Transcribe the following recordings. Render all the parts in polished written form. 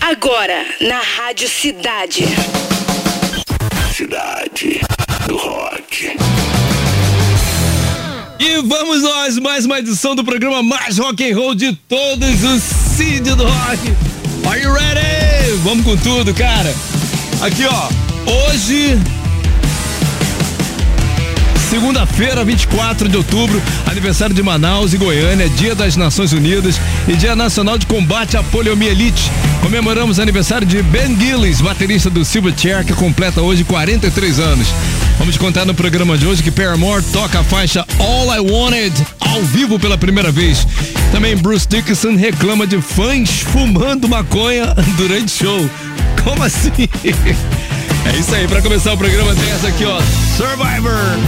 Agora, na Rádio Cidade. Cidade do Rock. E vamos nós, mais uma edição do programa mais rock and roll de todos, o Cid do Rock. Are you ready? Vamos com tudo, cara. Aqui, ó, hoje, segunda-feira, 24 de outubro, aniversário de Manaus e Goiânia, Dia das Nações Unidas e Dia Nacional de Combate à Poliomielite. Comemoramos o aniversário de Ben Gillis, baterista do Silverchair, que completa hoje 43 anos. Vamos contar no programa de hoje que Paramore toca a faixa All I Wanted ao vivo pela primeira vez. Também Bruce Dickinson reclama de fãs fumando maconha durante show. Como assim? É isso aí, pra começar o programa tem essa aqui, ó, Survivor.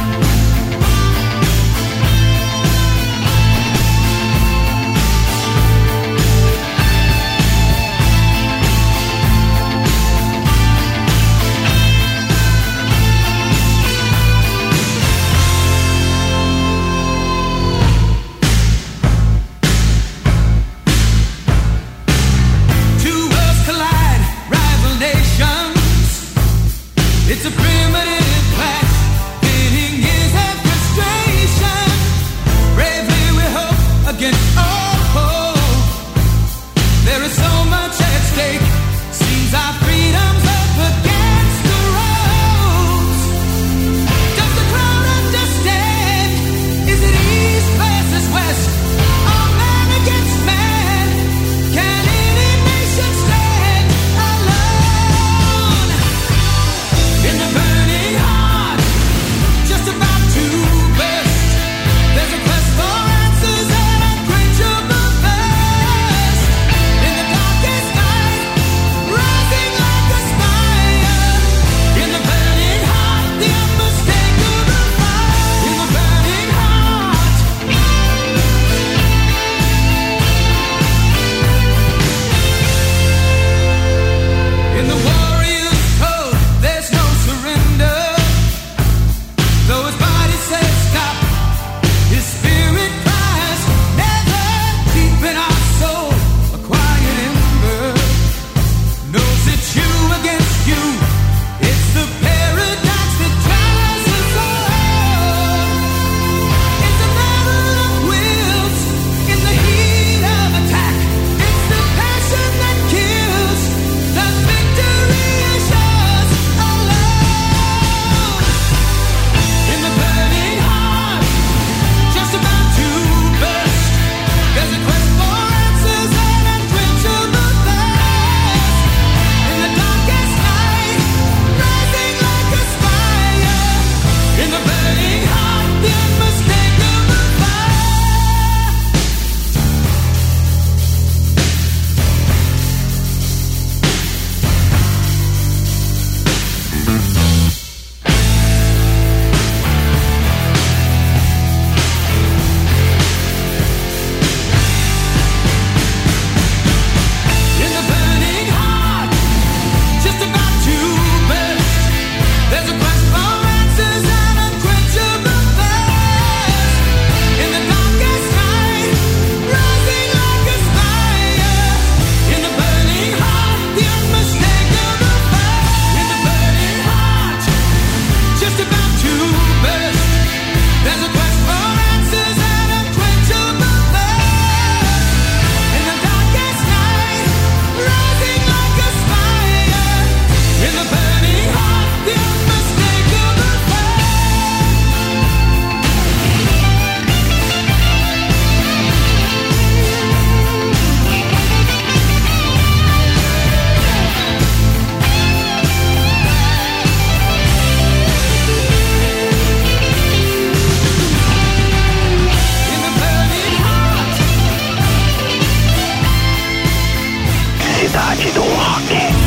It's a primitive clash, pitting is and frustration. Bravely we hope against all hope. There is so much at stake. Seems our freedom's up against the ropes. Does the crowd understand? Is it east versus west? Or man against man? Can any nation stand alone? In the burning heart, just about to burst, there's a quest for answers and unquenchable thirst. In the darkest night, rising like a spire. In the burning heart, the unmistakable fire. In the burning heart. In the warrior's code, there's no surrender. Though his body says stop, his spirit cries never. Deep in our soul, a quiet ember knows it's you against you. It's the paradox that drives us all. It's a battle of wills in the heat of attack. It's the passion that kills. The victory is yours alone. In the burning heart, just about to burst, there's a quest for answers and unquenchable thirst. In the darkest night, rising like a spire. In the burning heart, the unmistakable fire. In the burning heart, just about to burst, there's a quest for answers and unquenchable thirst. In the darkest night, rising like a spire. In the burning heart, the unmistakable fire. In the burning heart, just about to burst, there's a quest for answers and unquenchable thirst. In the darkest night, rising like a spire. In the burning heart, the unmistakable fire. In the burning heart. Cidade do Rock.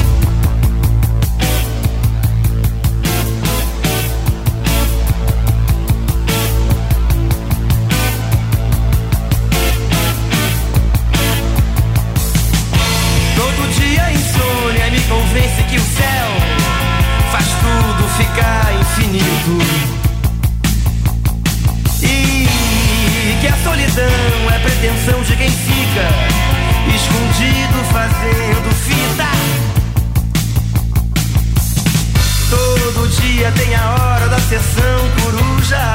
Todo dia insônia me convence que o céu faz tudo ficar infinito. E que a solidão é pretensão de quem fica escondido fazendo fita. dia tem a hora da sessão coruja.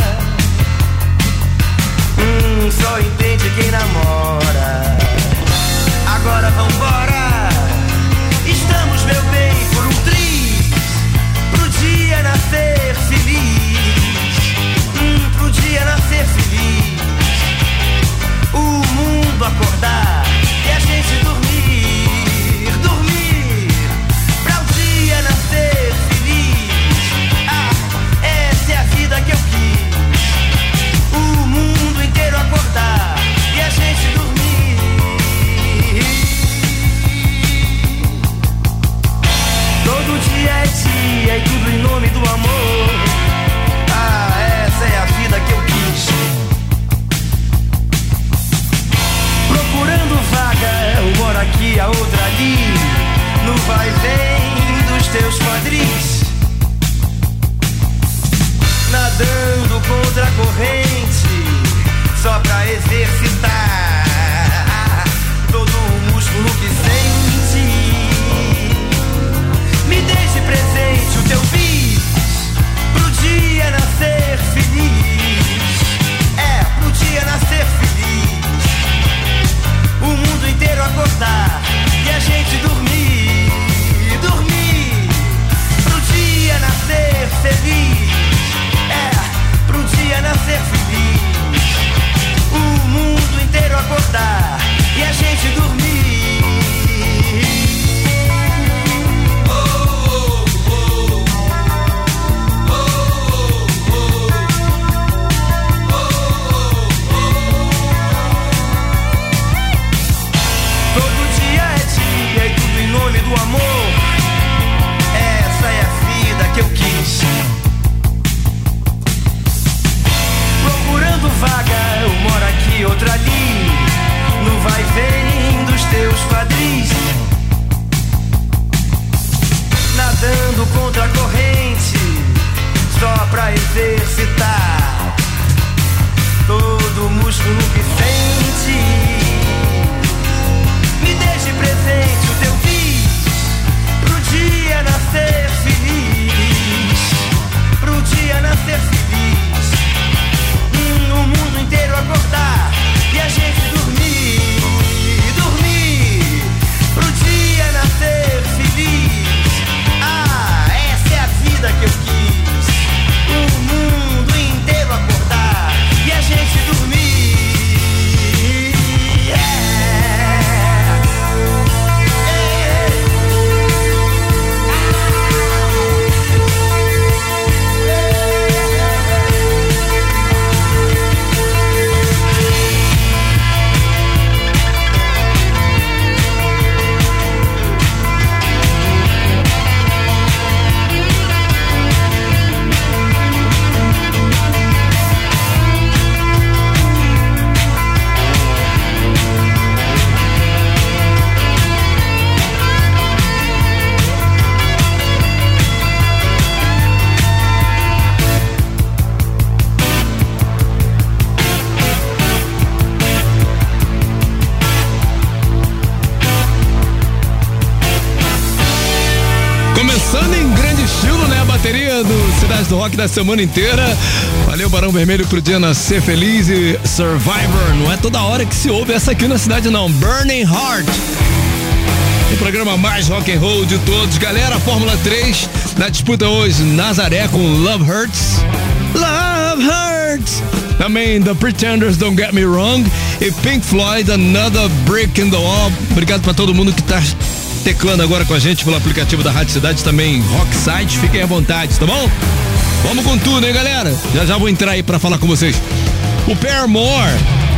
Só entende quem namora. Agora vambora. Estamos, meu bem, por um triz, pro dia nascer feliz. Pro dia nascer feliz. O mundo acordar e a gente dormir, dormir, pra o dia nascer feliz. Essa é a vida que eu quis. O mundo inteiro acordar e a gente dormir. Todo dia é dia e tudo em nome do amor. Essa é a vida que eu quis. Procurando vaga, uma aqui, a outra ali, no vai e vem dos teus quadris. Nadando contra a corrente, só pra exercitar todo o músculo que sente. Me deixe presente o teu bis, pro dia nascer feliz. Pro dia nascer feliz. O mundo inteiro acordar e a gente dormir, dormir, pro dia nascer feliz. Pro dia nascer feliz. O mundo inteiro acordar e a gente dormir. Do amor, essa é a vida que eu quis. Procurando vaga, eu moro aqui, outra ali, no vai e vem dos teus quadris. Nadando contra a corrente, só pra exercitar todo o músculo que sente. Me deixe presente o teu bis, pro dia nascer feliz. Pro dia nascer feliz. O mundo inteiro acordar e a gente dormir, dormir, pro dia nascer feliz. Essa é a vida que eu quis. O mundo inteiro acordar e a gente dormir. Do Cidade do Rock da semana inteira. Valeu, Barão Vermelho, pro dia nascer feliz e Survivor. Não é toda hora que se ouve essa aqui na cidade, não. Burning Heart. O programa mais rock and roll de todos. Galera, Fórmula 3 na disputa hoje. Nazaré com Love Hurts. Love Hurts. Também The Pretenders, Don't Get Me Wrong. E Pink Floyd, Another Brick in the Wall. Obrigado pra todo mundo que tá teclando agora com a gente pelo aplicativo da Rádio Cidade, também Rockside. Fiquem à vontade, tá bom? Vamos com tudo, hein, galera? Já vou entrar aí pra falar com vocês. O Paramore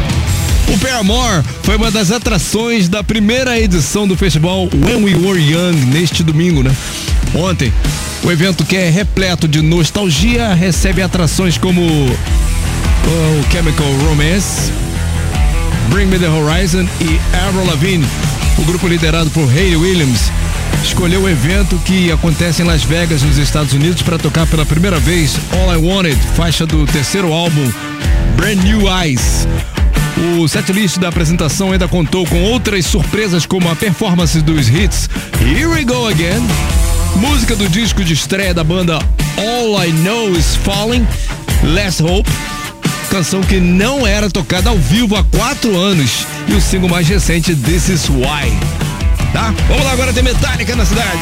foi uma das atrações da primeira edição do festival When We Were Young, neste domingo, né? Ontem, o evento, que é repleto de nostalgia, recebe atrações como o Chemical Romance, Bring Me The Horizon e Avril Lavigne. O grupo liderado por Hayley Williams escolheu o evento que acontece em Las Vegas, nos Estados Unidos, para tocar pela primeira vez All I Wanted, faixa do terceiro álbum Brand New Eyes. O setlist da apresentação ainda contou com outras surpresas, como a performance dos hits Here We Go Again, música do disco de estreia da banda All I Know Is Falling, Last Hope, canção que não era tocada ao vivo há 4 anos, e o single mais recente, This Is Why. Tá? Vamos lá, agora tem Metallica na cidade.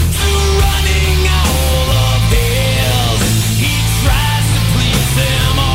Them all.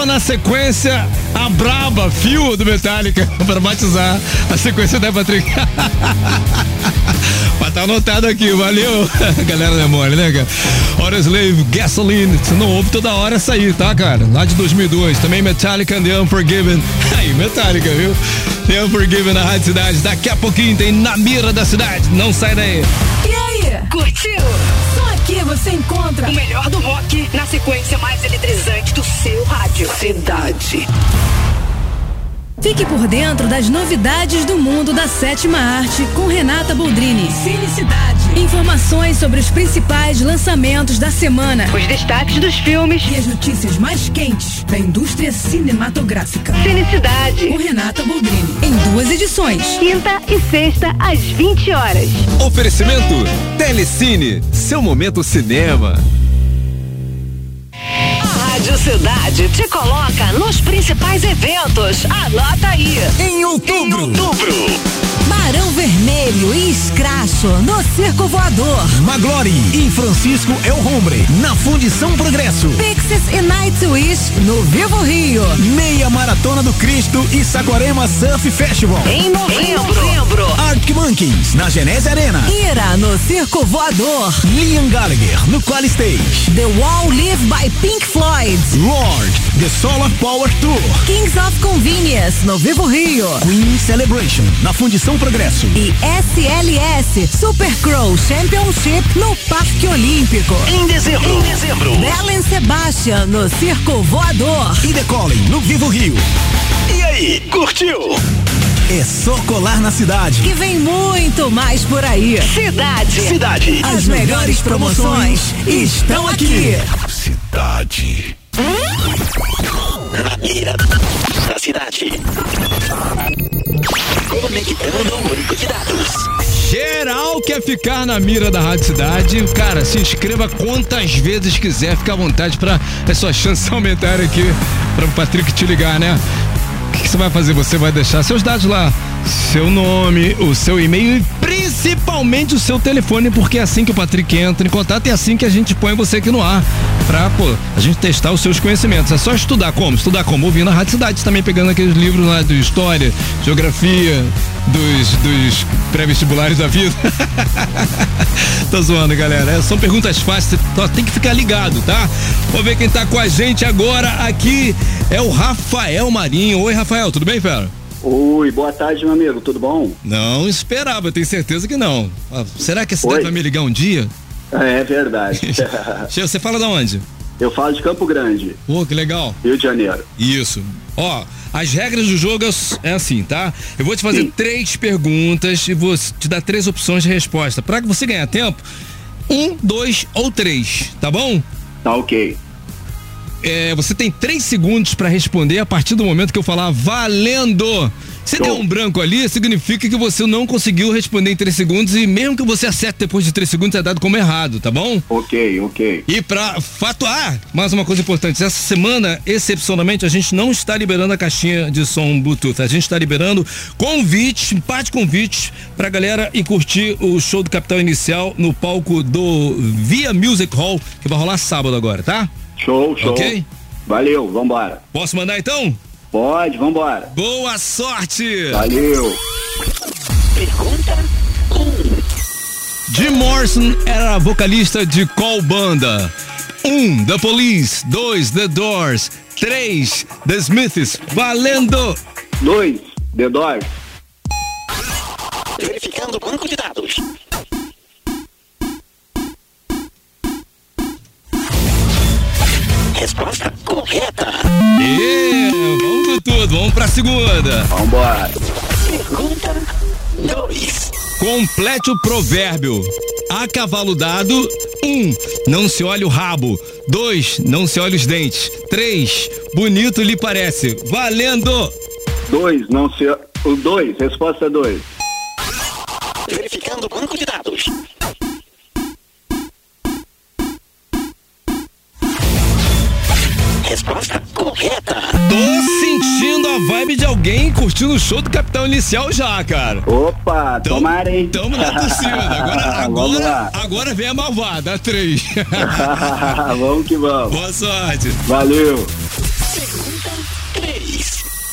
na sequência a braba Feel do Metallica para batizar a sequência da Patrick. Mas tá anotado aqui, valeu. Galera não é mole, né, cara? Audioslave, Gasoline, você não ouve toda hora essa aí, tá, cara? Lá de 2002, também Metallica and The Unforgiven. Aí, Metallica, viu? The Unforgiven na Rádio Cidade. Daqui a pouquinho tem Na Mira da Cidade. Não sai daí. E aí? Curtiu? Só aqui você encontra O melhor do rock na sequência mais eletrizante do seu rádio. Cidade. Fique por dentro das novidades do mundo da sétima arte com Renata Boldrini. Cinecidade. Informações sobre os principais lançamentos da semana. Os destaques dos filmes. E as notícias mais quentes da indústria cinematográfica. Cinecidade. Com Renata Boldrini. Em 2 edições. Quinta e sexta, às 20 horas. Oferecimento Telecine, seu momento cinema. Rádio Cidade te coloca nos principais eventos. Anota aí. Em outubro. Barão Vermelho e Escracho no Circo Voador. Maglore e Francisco El Hombre na Fundição Progresso. Pixies e Nightwish no Vivo Rio. Meia Maratona do Cristo e Saquarema Surf Festival. Em novembro. Arctic Monkeys na Genese Arena. Ira no Circo Voador. Liam Gallagher no Qual Stage. The Wall Live by Pink Floyd. Lord, The Solar Power Tour. Kings of Convenience no Vivo Rio. Queen Celebration na Fundição Progresso. E SLS Super Crow Championship no Parque Olímpico. Em dezembro. Belen Sebastian no Circo Voador. E Decolem no Vivo Rio. E aí, curtiu? É só colar na cidade. Que vem muito mais por aí. Cidade. As melhores promoções estão aqui. Cidade. Na mira da cidade. Conectando o banco de dados. Geral quer ficar na mira da Rádio Cidade. Cara, se inscreva quantas vezes quiser. Fica à vontade pra as suas chances aumentarem aqui. Pra o Patrick te ligar, né? O que você vai fazer? Você vai deixar seus dados lá. Seu nome, o seu e-mail e principalmente o seu telefone, porque é assim que o Patrick entra em contato e é assim que a gente põe você aqui no ar pra, a gente testar os seus conhecimentos. É só estudar como? Ouvindo a Rádio Cidade, também pegando aqueles livros lá de história, geografia, dos pré-vestibulares da vida. Tô zoando, galera. São perguntas fáceis, você só tem que ficar ligado, tá? Vamos ver quem tá com a gente agora aqui. É o Rafael Marinho. Oi, Rafael, tudo bem, fera? Oi, boa tarde, meu amigo, tudo bom? Não esperava, tenho certeza que não. Será que a cidade vai me ligar um dia? É verdade. Você fala de onde? Eu falo de Campo Grande. Pô, que legal. Rio de Janeiro. Isso. Ó, as regras do jogo é assim, tá? Eu vou te fazer 3 perguntas e vou te dar 3 opções de resposta. Pra que você ganhar tempo, 1, 2 ou 3, tá bom? Tá ok. Você tem 3 segundos pra responder a partir do momento que eu falar valendo. Se der um branco ali, significa que você não conseguiu responder em 3 segundos e mesmo que você acerte depois de 3 segundos é dado como errado, tá bom? Ok. E pra fatuar, mais uma coisa importante, essa semana, excepcionalmente, a gente não está liberando a caixinha de som Bluetooth, a gente está liberando convites, um par de convites pra galera ir curtir o show do Capital Inicial no palco do Via Music Hall, que vai rolar sábado agora, tá? Show. Ok? Valeu, vambora. Posso mandar então? Pode, vambora. Boa sorte! Valeu. Pergunta 1. Jim Morrison era vocalista de qual banda? 1. The Police. 2. The Doors. 3. The Smiths. Valendo! 2. The Doors. Verificando o banco de dados. Resposta correta. Vamos com tudo, vamos pra segunda. Vambora. Pergunta 2. Complete o provérbio. A cavalo dado. 1. Não se olha o rabo. 2. Não se olha os dentes. 3. Bonito lhe parece. Valendo! 2. Não se... O 2. Resposta 2. Verificando o banco de dados. Resposta correta. Tô sentindo a vibe de alguém curtindo o show do Capitão Inicial já, cara. Opa, tomara, hein? Tamo na torcida. Agora vem a malvada, a 3. Vamos que vamos. Boa sorte. Valeu. Pergunta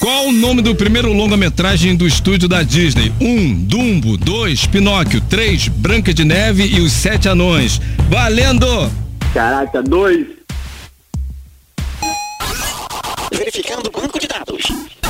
Qual o nome do primeiro longa-metragem do estúdio da Disney? 1, Dumbo. 2, Pinóquio. 3, Branca de Neve e os 7 Anões. Valendo! Caraca, 2. Verificando o banco de dados.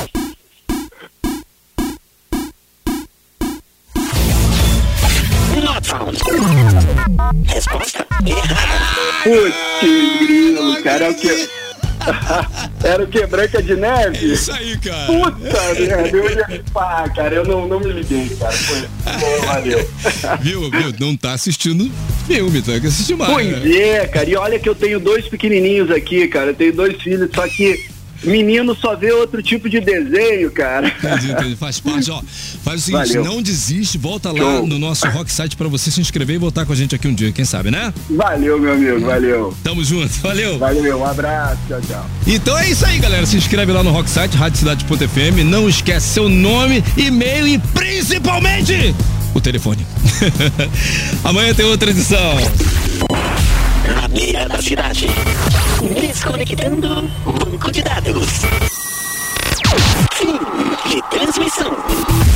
Not found. Resposta errada. Putz, grilo, cara, é o que? Era o que? Branca de Neve? Isso aí, cara. Puta merda, eu ia pá, cara, eu não me liguei, cara. Valeu. Viu? Não tá assistindo filme, tem que assistir mais. Pois é, cara, e olha que eu tenho 2 pequenininhos aqui, cara, eu tenho 2 filhos, só que menino só vê outro tipo de desenho, cara. Entendi. Faz parte, ó. Faz o seguinte, Valeu. não desiste, volta lá no nosso Rock Site pra você se inscrever e voltar com a gente aqui um dia, quem sabe, né? Valeu, meu amigo, valeu. Tamo junto, valeu. Valeu, um abraço, tchau, tchau. Então é isso aí, galera. Se inscreve lá no Rock Site, radiocidade.fm. Não esquece seu nome, e-mail e principalmente o telefone. Amanhã tem outra edição. Na beira da cidade. Desconectando o banco de dados. Fim de transmissão.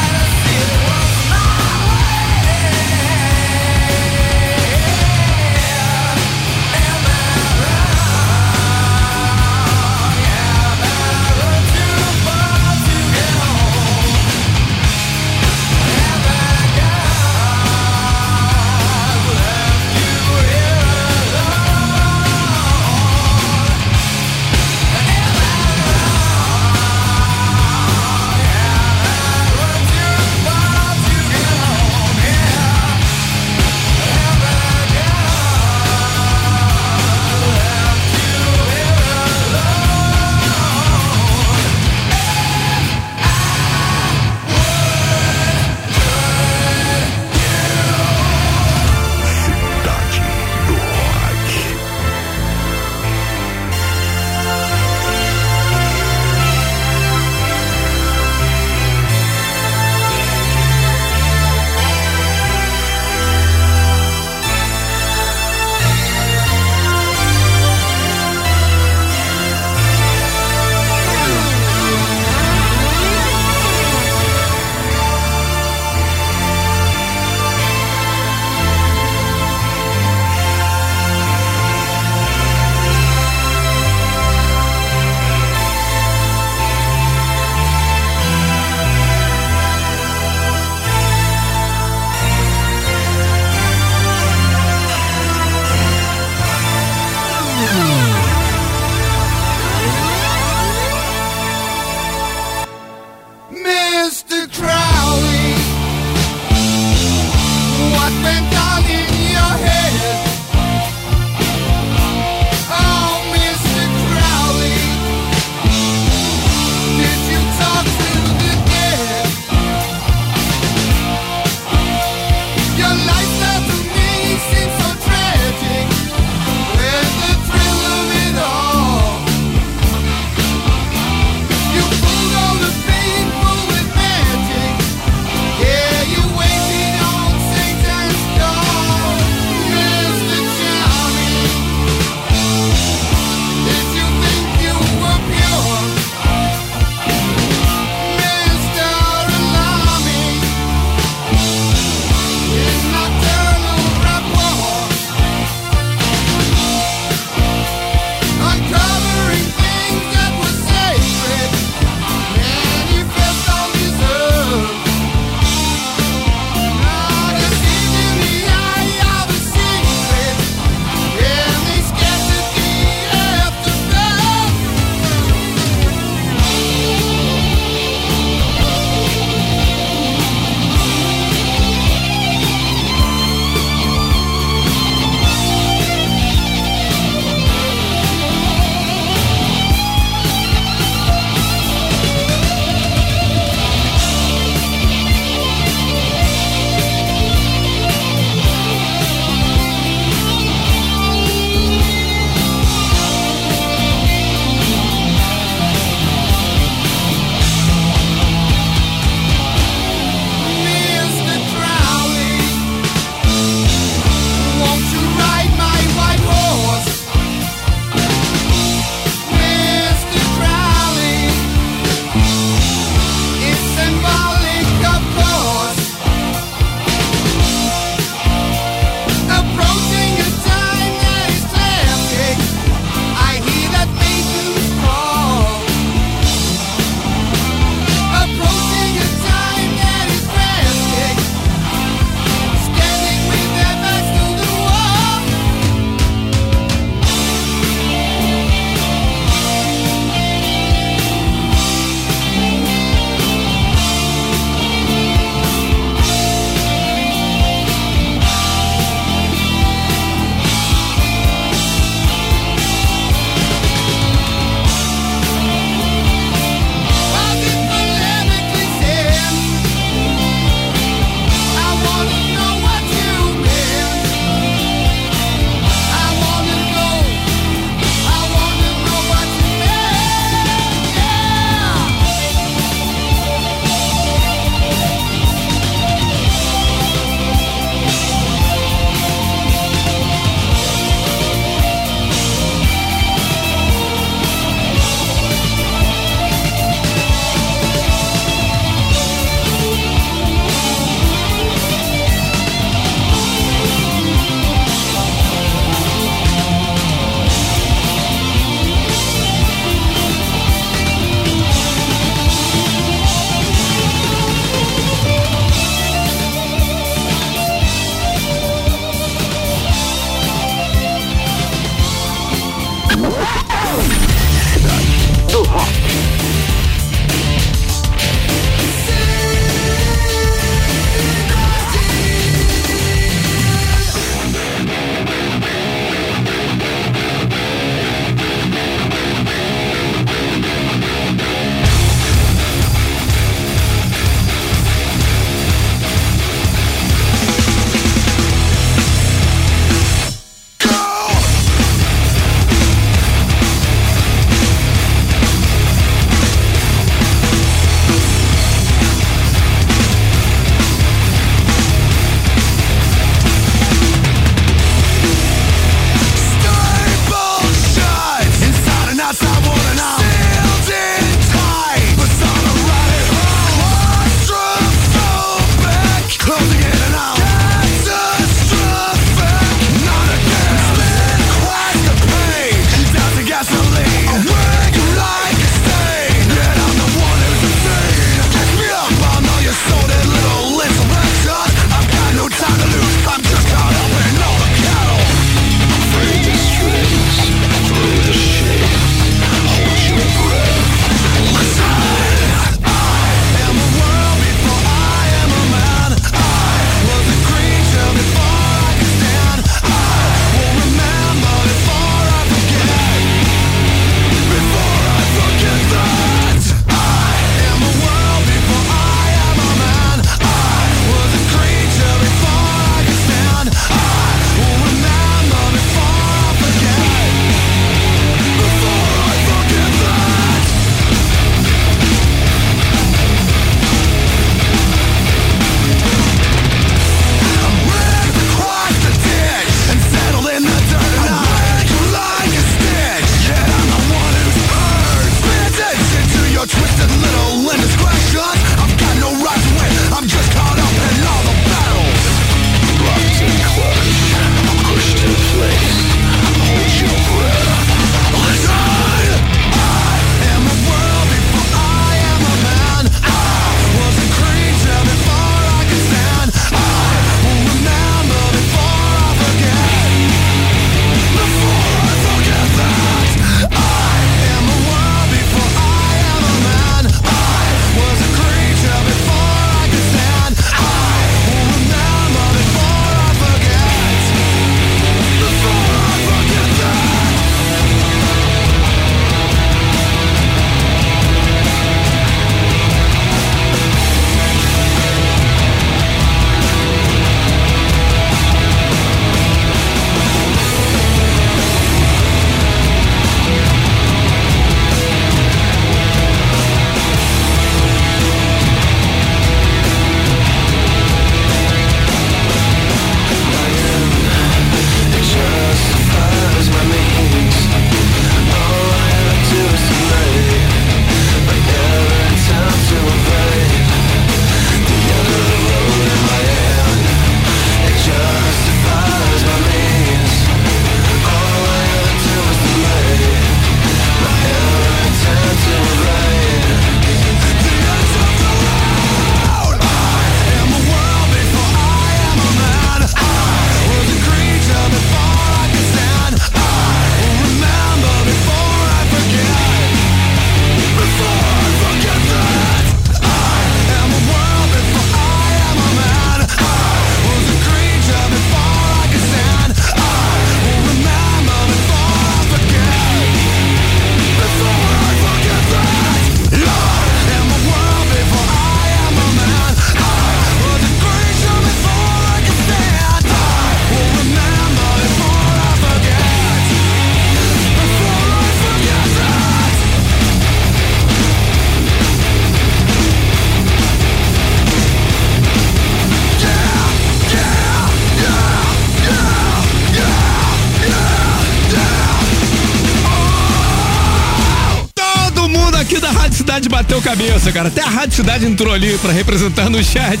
Cidade bateu cabeça, cara. Até a Rádio Cidade entrou ali pra representar no chat.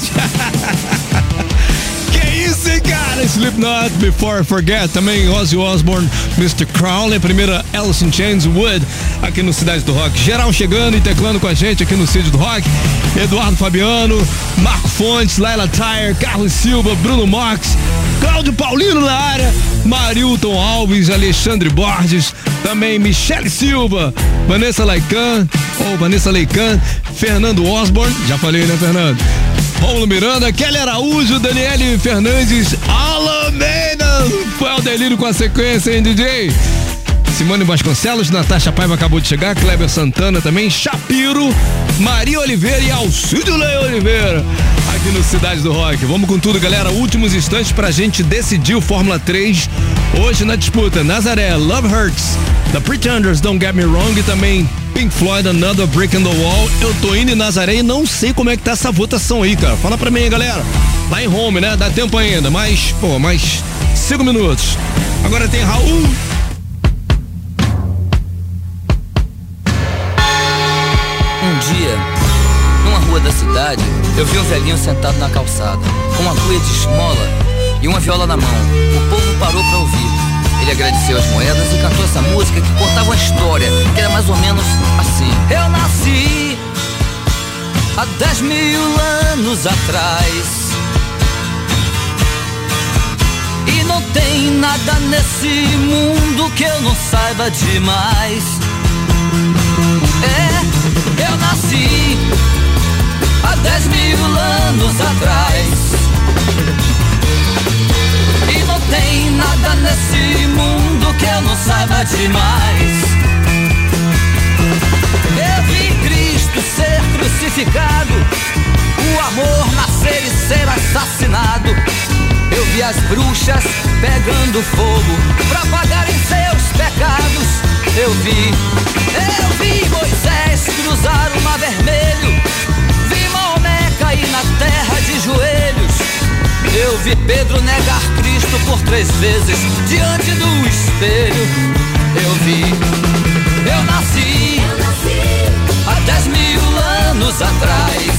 Que isso, hein, cara? Slipknot, Before I Forget, também Ozzy Osbourne, Mr. Crowley, primeira Alice in Chains, Wood, aqui no Cidade do Rock. Geral chegando e teclando com a gente aqui no Cidade do Rock. Eduardo Fabiano, Marco Fontes, Laila Tyre, Carlos Silva, Bruno Mox, Cláudio Paulino na área, Marilton Alves, Alexandre Borges, também Michele Silva, Vanessa Leican, Fernando Osborne, já falei, né, Fernando? Rômulo Miranda, Kelly Araújo, Daniele Fernandes, Alameda. Foi ao delírio com a sequência, hein, DJ? Simone Vasconcelos, Natasha Paiva acabou de chegar, Kleber Santana também, Shapiro, Maria Oliveira e Alcídio Lei Oliveira, aqui no Cidade do Rock. Vamos com tudo, galera. Últimos instantes pra gente decidir o Fórmula 3. Hoje na disputa, Nazaré, Love Hurts, The Pretenders, Don't Get Me Wrong e também Pink Floyd, Another Brick in the Wall. Eu tô indo em Nazaré e não sei como é que tá essa votação aí, cara. Fala pra mim, galera. Lá em home, né? Dá tempo ainda, mais 5 minutos. Agora tem Raul. Um dia, numa rua da cidade, eu vi um velhinho sentado na calçada, com uma cuia de esmola e uma viola na mão. O povo parou pra ouvir. Ele agradeceu as moedas e cantou essa música que contava uma história, que era mais ou menos assim. Eu nasci há 10.000 anos atrás e não tem nada nesse mundo que eu não saiba demais. Eu nasci há 10.000 anos atrás e não tem nada nesse mundo que eu não saiba demais. Eu vi Cristo ser crucificado, o amor nascer e ser assassinado. Eu vi as bruxas pegando fogo pra pagarem seus pecados. Eu vi Moisés cruzar o mar vermelho, vi Maomé cair na terra de joelhos. Eu vi Pedro negar Cristo por 3 vezes diante do espelho. Eu nasci há 10.000 anos atrás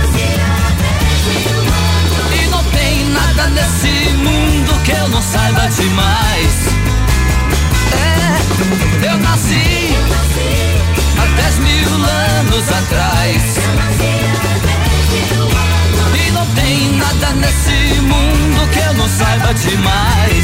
e não tem nada nesse mundo que eu não saiba demais. Eu nasci há 10.000 anos atrás e não tem nada nesse mundo que eu não saiba demais.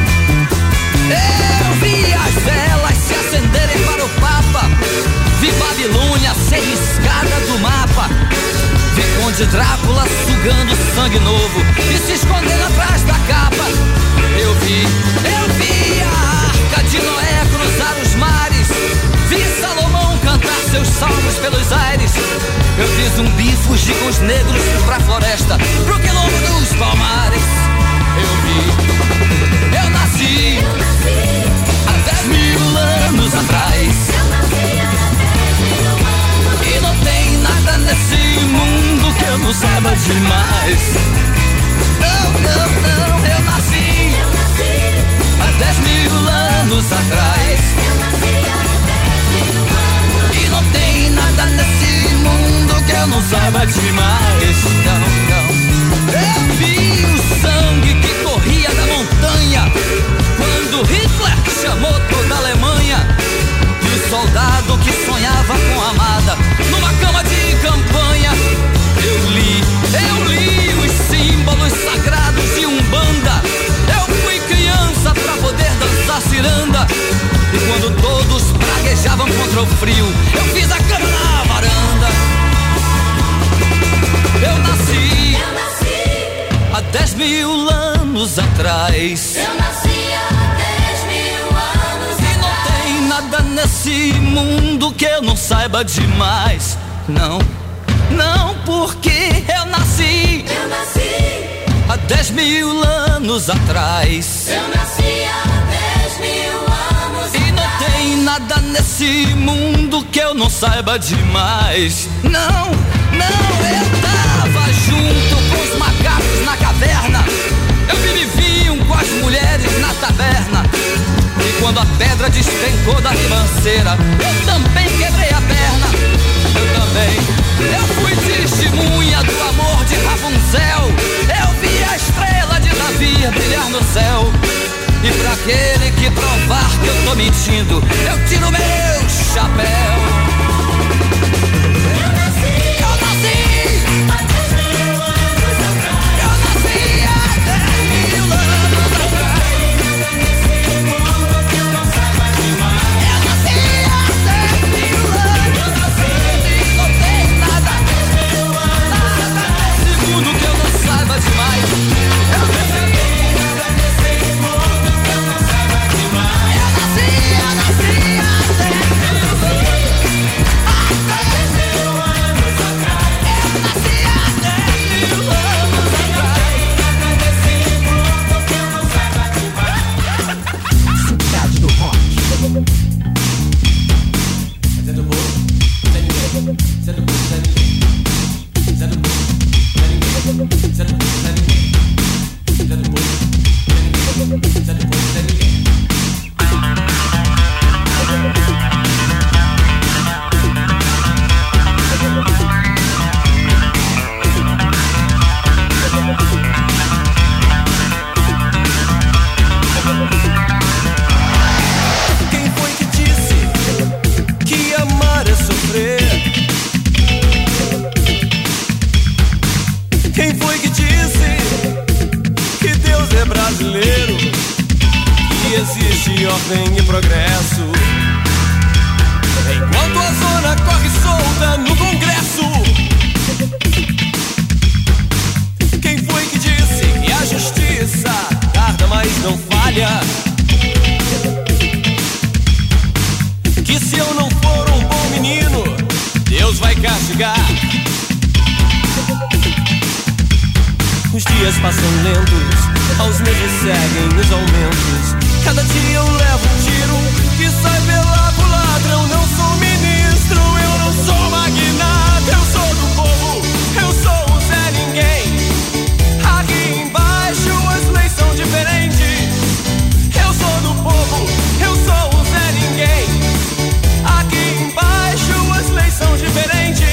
Eu vi as velas se acenderem para o Papa, vi Babilônia ser riscada do mapa, vi Conde Drácula sugando sangue novo e se escondendo atrás da capa. Eu vi a Arca de Noé cruzar os mares, vi Salomão cantar seus salmos pelos aires. Eu vi Zumbi fugir com os negros pra floresta, pro quilombo dos palmares. Eu nasci há 10.000 anos atrás e não tem nada nesse mundo que eu não saiba demais. Não, eu nasci há 10.000 anos atrás e não tem nada nesse mundo que eu não saiba demais. Não. Eu vi o sangue que corria da montanha quando Hitler chamou toda a Alemanha, e o soldado que sonhava com a amada numa cama de campanha. Eu li os símbolos sagrados de Umbanda. Eu fui criança pra poder dançar ciranda, e quando todos praguejavam contra o frio, eu fiz a cama na varanda. Eu nasci há 10.000 anos atrás. Eu nasci há 10.000 anos e não tem nada nesse mundo que eu não saiba demais. Não, porque eu nasci há 10.000 anos atrás. Eu nasci há 10.000 anos e não tem nada nesse mundo que eu não saiba demais. Não, eu tava junto com os macacos na caverna. Eu bebi vinho com as mulheres na taberna. E quando a pedra despencou da ribanceira, eu também quebrei a perna. Eu provar que eu tô mentindo, eu tiro meu chapéu. Eu nasci há 10 mil anos atrás. Eu nasci há 10 mil anos atrás. Nesse mundo que eu não saiba demais. Eu nasci há 10 mil anos. Eu nasci e não tem nada. 10 mil anos atrás. Nesse mundo que eu não saiba demais. Eu nasci nesse mundo que eu não saiba demais. Eu nasci há 10 mil anos atrás. Quem foi que disse que amar é sofrer? Quem foi que disse que Deus é brasileiro, que existe ordem e progresso, enquanto a zona corre solta no Congresso? Quem foi que disse que a justiça tarda, mas não falha? Que se eu não for um bom menino, Deus vai castigar. Os dias passam lentos, aos meses seguem os aumentos. Cada dia eu levo um tiro que sai pela culatra. Eu não sou ministro, eu não sou magnata. Eu sou do povo, eu sou o Zé Ninguém. Aqui embaixo as leis são diferentes. Eu sou do povo, eu sou o Zé Ninguém. Aqui embaixo as leis são diferentes.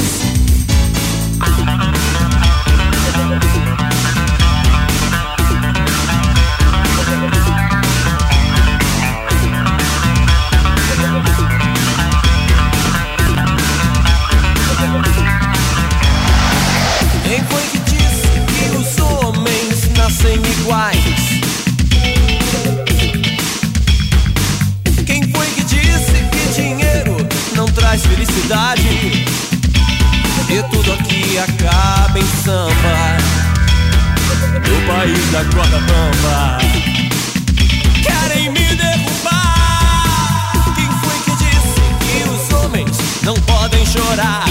Quem foi que disse que os homens nascem iguais? Quem foi que disse que dinheiro não traz felicidade? E tudo aqui acaba em samba, no país da corda bamba. Querem me derrubar. Quem foi que disse que os homens não podem chorar?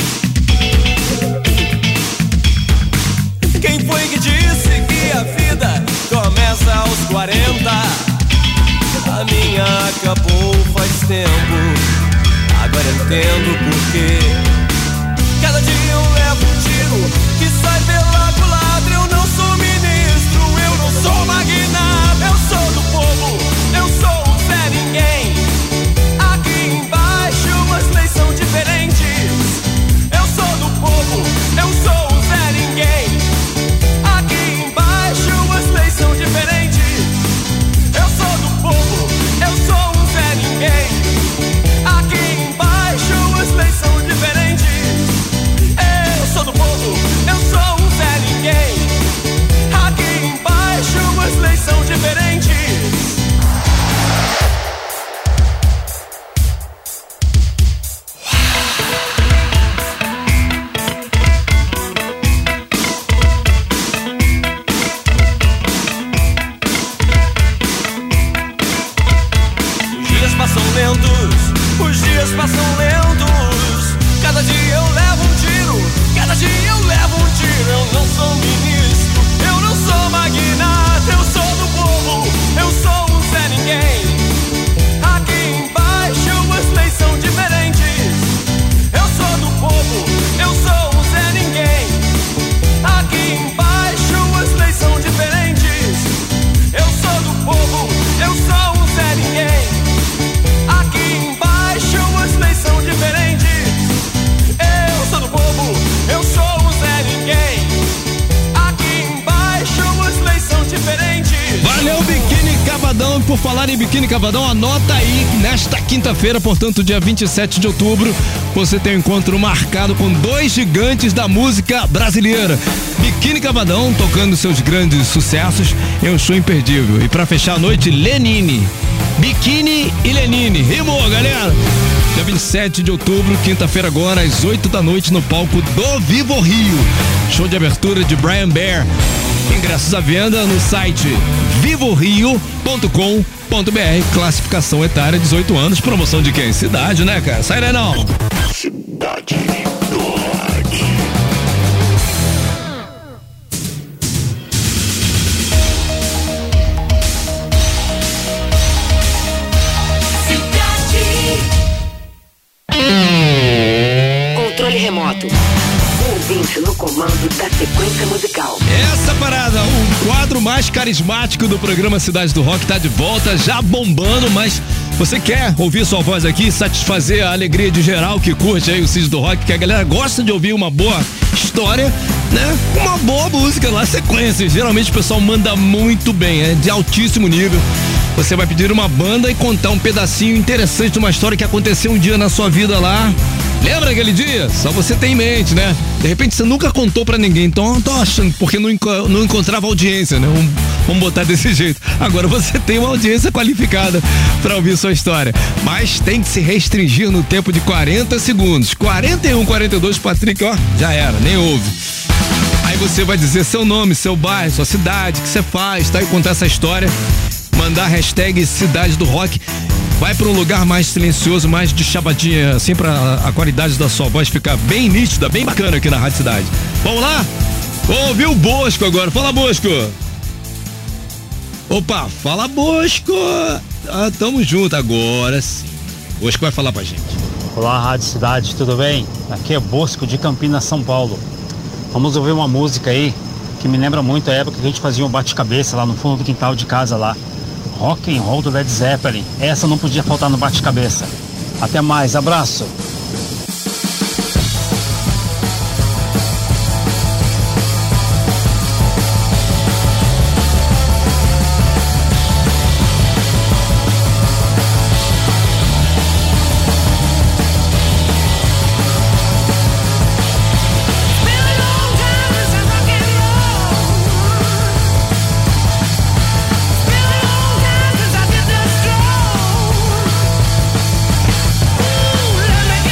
Quem foi que disse que a vida começa aos 40? A minha acabou faz tempo, agora entendo porquê. Cada dia eu levo um tiro que sai pela culatra. Eu não sou ministro, eu não sou magnata. Eu sou do povo, eu sou o Zé Ninguém. Aqui embaixo as leis são diferentes. Eu sou do povo, eu sou o Zé Ninguém. Aqui embaixo as leis são diferentes. Eu sou do povo, eu sou o Zé Ninguém. Aqui embaixo as leis são diferentes. por falar em Biquíni Cavadão, anota aí que nesta quinta-feira, portanto, dia 27 de outubro, você tem um encontro marcado com dois gigantes da música brasileira. Biquíni Cavadão tocando seus grandes sucessos em um show imperdível. E pra fechar a noite, Lenine. Biquíni e Lenine. Rimou, galera! Dia 27 de outubro, quinta-feira agora, às 8 da noite, no palco do Vivo Rio. Show de abertura de Brian Bear. Ingressos à venda no site vivorio.com.br. Classificação etária 18 anos. Promoção de quem? Cidade, né, cara? Sai daí não. Cidade do Rock. Controle remoto. Ouvinte no comando da sequência musical. Essa parada, o quadro mais carismático do programa Cidade do Rock tá de volta, já bombando, mas você quer ouvir sua voz aqui, satisfazer a alegria de geral que curte aí o Cidade do Rock, que a galera gosta de ouvir uma boa história, né? Uma boa música lá, sequência. Geralmente o pessoal manda muito bem, é de altíssimo nível. Você vai pedir uma banda e contar um pedacinho interessante de uma história que aconteceu um dia na sua vida lá. Lembra aquele dia? Só você tem em mente, né? De repente você nunca contou pra ninguém, então eu tô achando, porque não encontrava audiência, né? Vamos botar desse jeito. Agora você tem uma audiência qualificada pra ouvir sua história, mas tem que se restringir no tempo de 40 segundos. 41, 42, Patrick, ó, já era, nem ouve. Aí você vai dizer seu nome, seu bairro, sua cidade, o que você faz, tá? E contar essa história, mandar a hashtag Cidade do Rock. Vai para um lugar mais silencioso, mais de chabadinha, assim, pra a qualidade da sua voz ficar bem nítida, bem bacana aqui na Rádio Cidade. Vamos lá? Vamos ouvir o Bosco agora. Fala, Bosco. Opa, fala, Bosco. Ah, tamo junto agora sim. Bosco vai falar pra gente. Olá, Rádio Cidade, tudo bem? Aqui é Bosco de Campinas, São Paulo. Vamos ouvir uma música aí que me lembra muito a época que a gente fazia um bate-cabeça lá no fundo do quintal de casa lá. Rock and Roll do Led Zeppelin. Essa não podia faltar no bate-cabeça. Até mais, abraço. Let me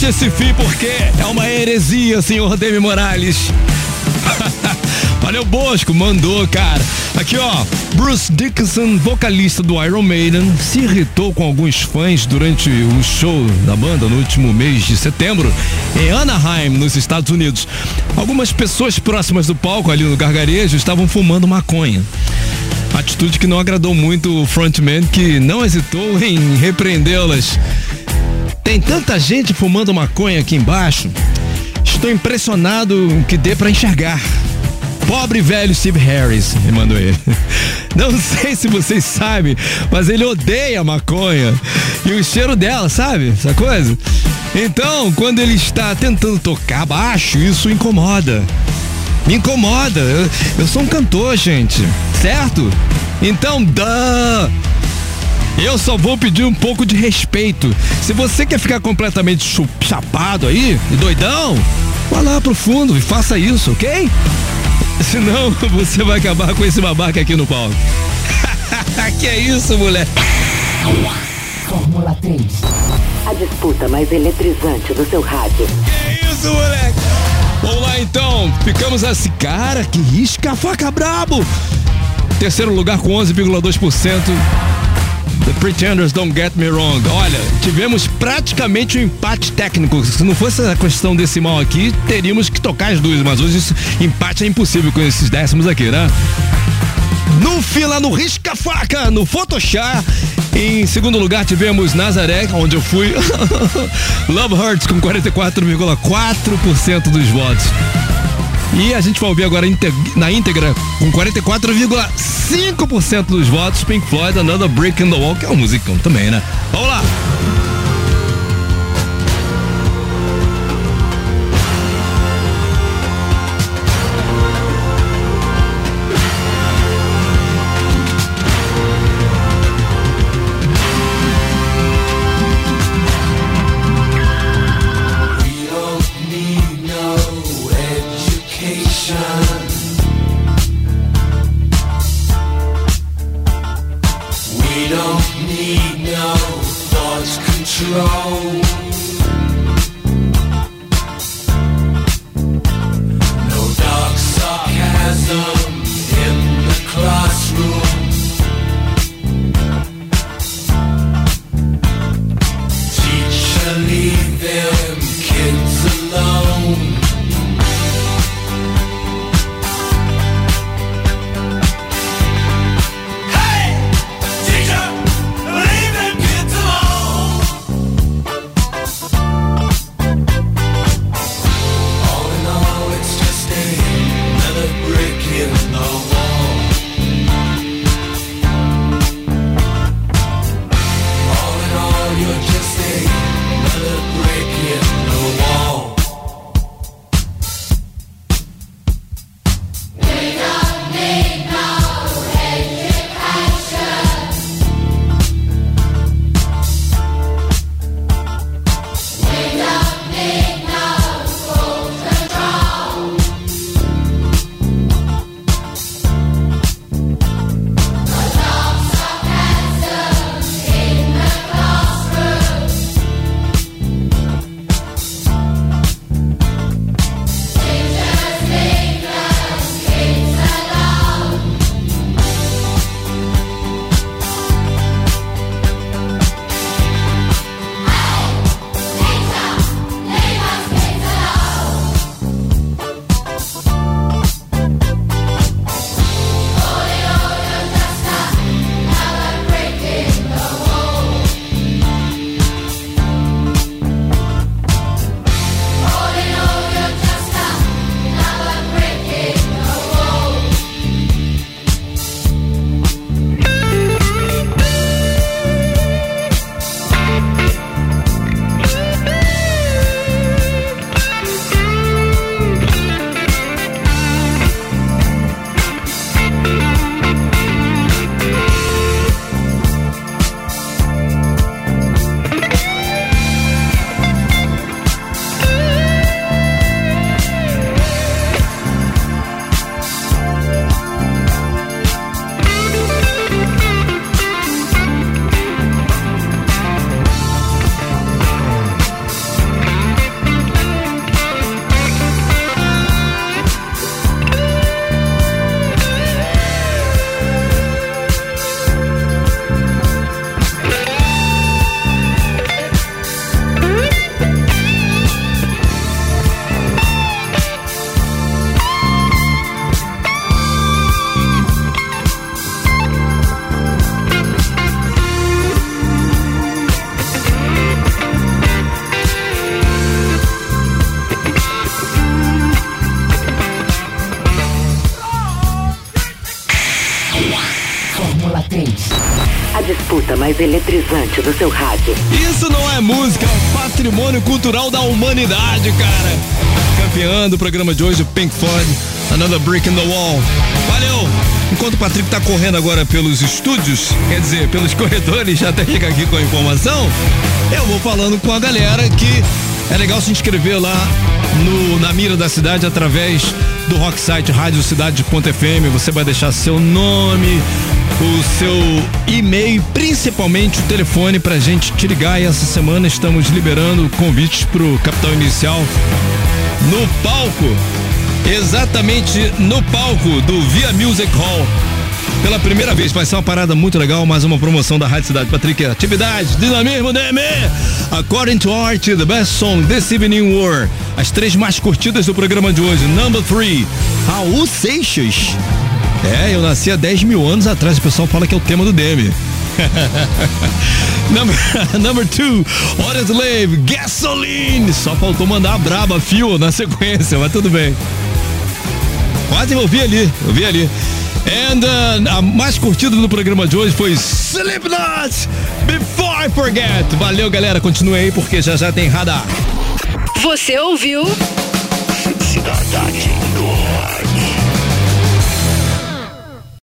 corte esse fim porque é uma heresia, senhor Demi Morales. Valeu, Bosco, mandou, cara. Aqui, ó, Bruce Dickinson, vocalista do Iron Maiden, se irritou com alguns fãs durante o show da banda no último mês de setembro em Anaheim, nos Estados Unidos. Algumas pessoas próximas do palco, ali no gargarejo, estavam fumando maconha. Atitude que não agradou muito o frontman, que não hesitou em repreendê-las. Tem tanta gente fumando maconha aqui embaixo. Estou impressionado que dê pra enxergar. Pobre velho Steve Harris, me mandou ele. Não sei se vocês sabem, mas ele odeia maconha e o cheiro dela, sabe? Essa coisa. Então, quando ele está tentando tocar baixo, isso incomoda. Me incomoda. Eu sou um cantor, gente. Certo? Então, eu só vou pedir um pouco de respeito. Se você quer ficar completamente chapado aí, doidão, vá lá pro fundo e faça isso, ok? Senão você vai acabar com esse babaca aqui no palco. Que é isso, moleque? Fórmula 3. A disputa mais eletrizante do seu rádio. Que isso, moleque? Vamos lá então, ficamos assim. Cara, que risca a faca brabo. Terceiro lugar com 11,2%. The Pretenders, Don't Get Me Wrong. Olha, tivemos praticamente um empate técnico. Se não fosse a questão decimal aqui, teríamos que tocar as duas, mas hoje esse empate é impossível com esses décimos aqui, né? No fila, no risca-faca, no Photoshop. Em segundo lugar tivemos Nazaré, onde eu fui. Love Hurts com 44,4% dos votos. E a gente vai ouvir agora na íntegra, com 44,5% dos votos, Pink Floyd, Another Brick in the Wall, que é um musicão também, né? Vamos lá! Break mais eletrizante do seu rádio. Isso não é música, é um patrimônio cultural da humanidade, cara. Campeã do programa de hoje, o Pink Floyd, Another Brick in the Wall. Valeu! Enquanto o Patrick tá correndo agora pelos estúdios, quer dizer, pelos corredores, até chegar aqui com a informação, eu vou falando com a galera que é legal se inscrever lá na mira da cidade através do Rocksite Rádio Cidade.fm. Você vai deixar seu nome, o seu e-mail e principalmente o telefone pra gente te ligar. E essa semana estamos liberando convites pro Capital Inicial no palco, exatamente no palco do Via Music Hall. Pela primeira vez, vai ser uma parada muito legal, mais uma promoção da Rádio Cidade. Patrick, atividade, dinamismo, DM. According to Art, the best song this evening were as 3 mais curtidas do programa de hoje. Number 3, Raul Seixas. Eu nasci há 10 mil anos atrás, o pessoal fala que é o tema do DM. Number 2, Hora Slave, Gasoline. Só faltou mandar a braba, fio, na sequência, mas tudo bem. Quase eu vi ali. And a mais curtida do programa de hoje foi Slipknot, Before I Forget. Valeu, galera, continue aí porque já tem radar. Você ouviu? Cidade.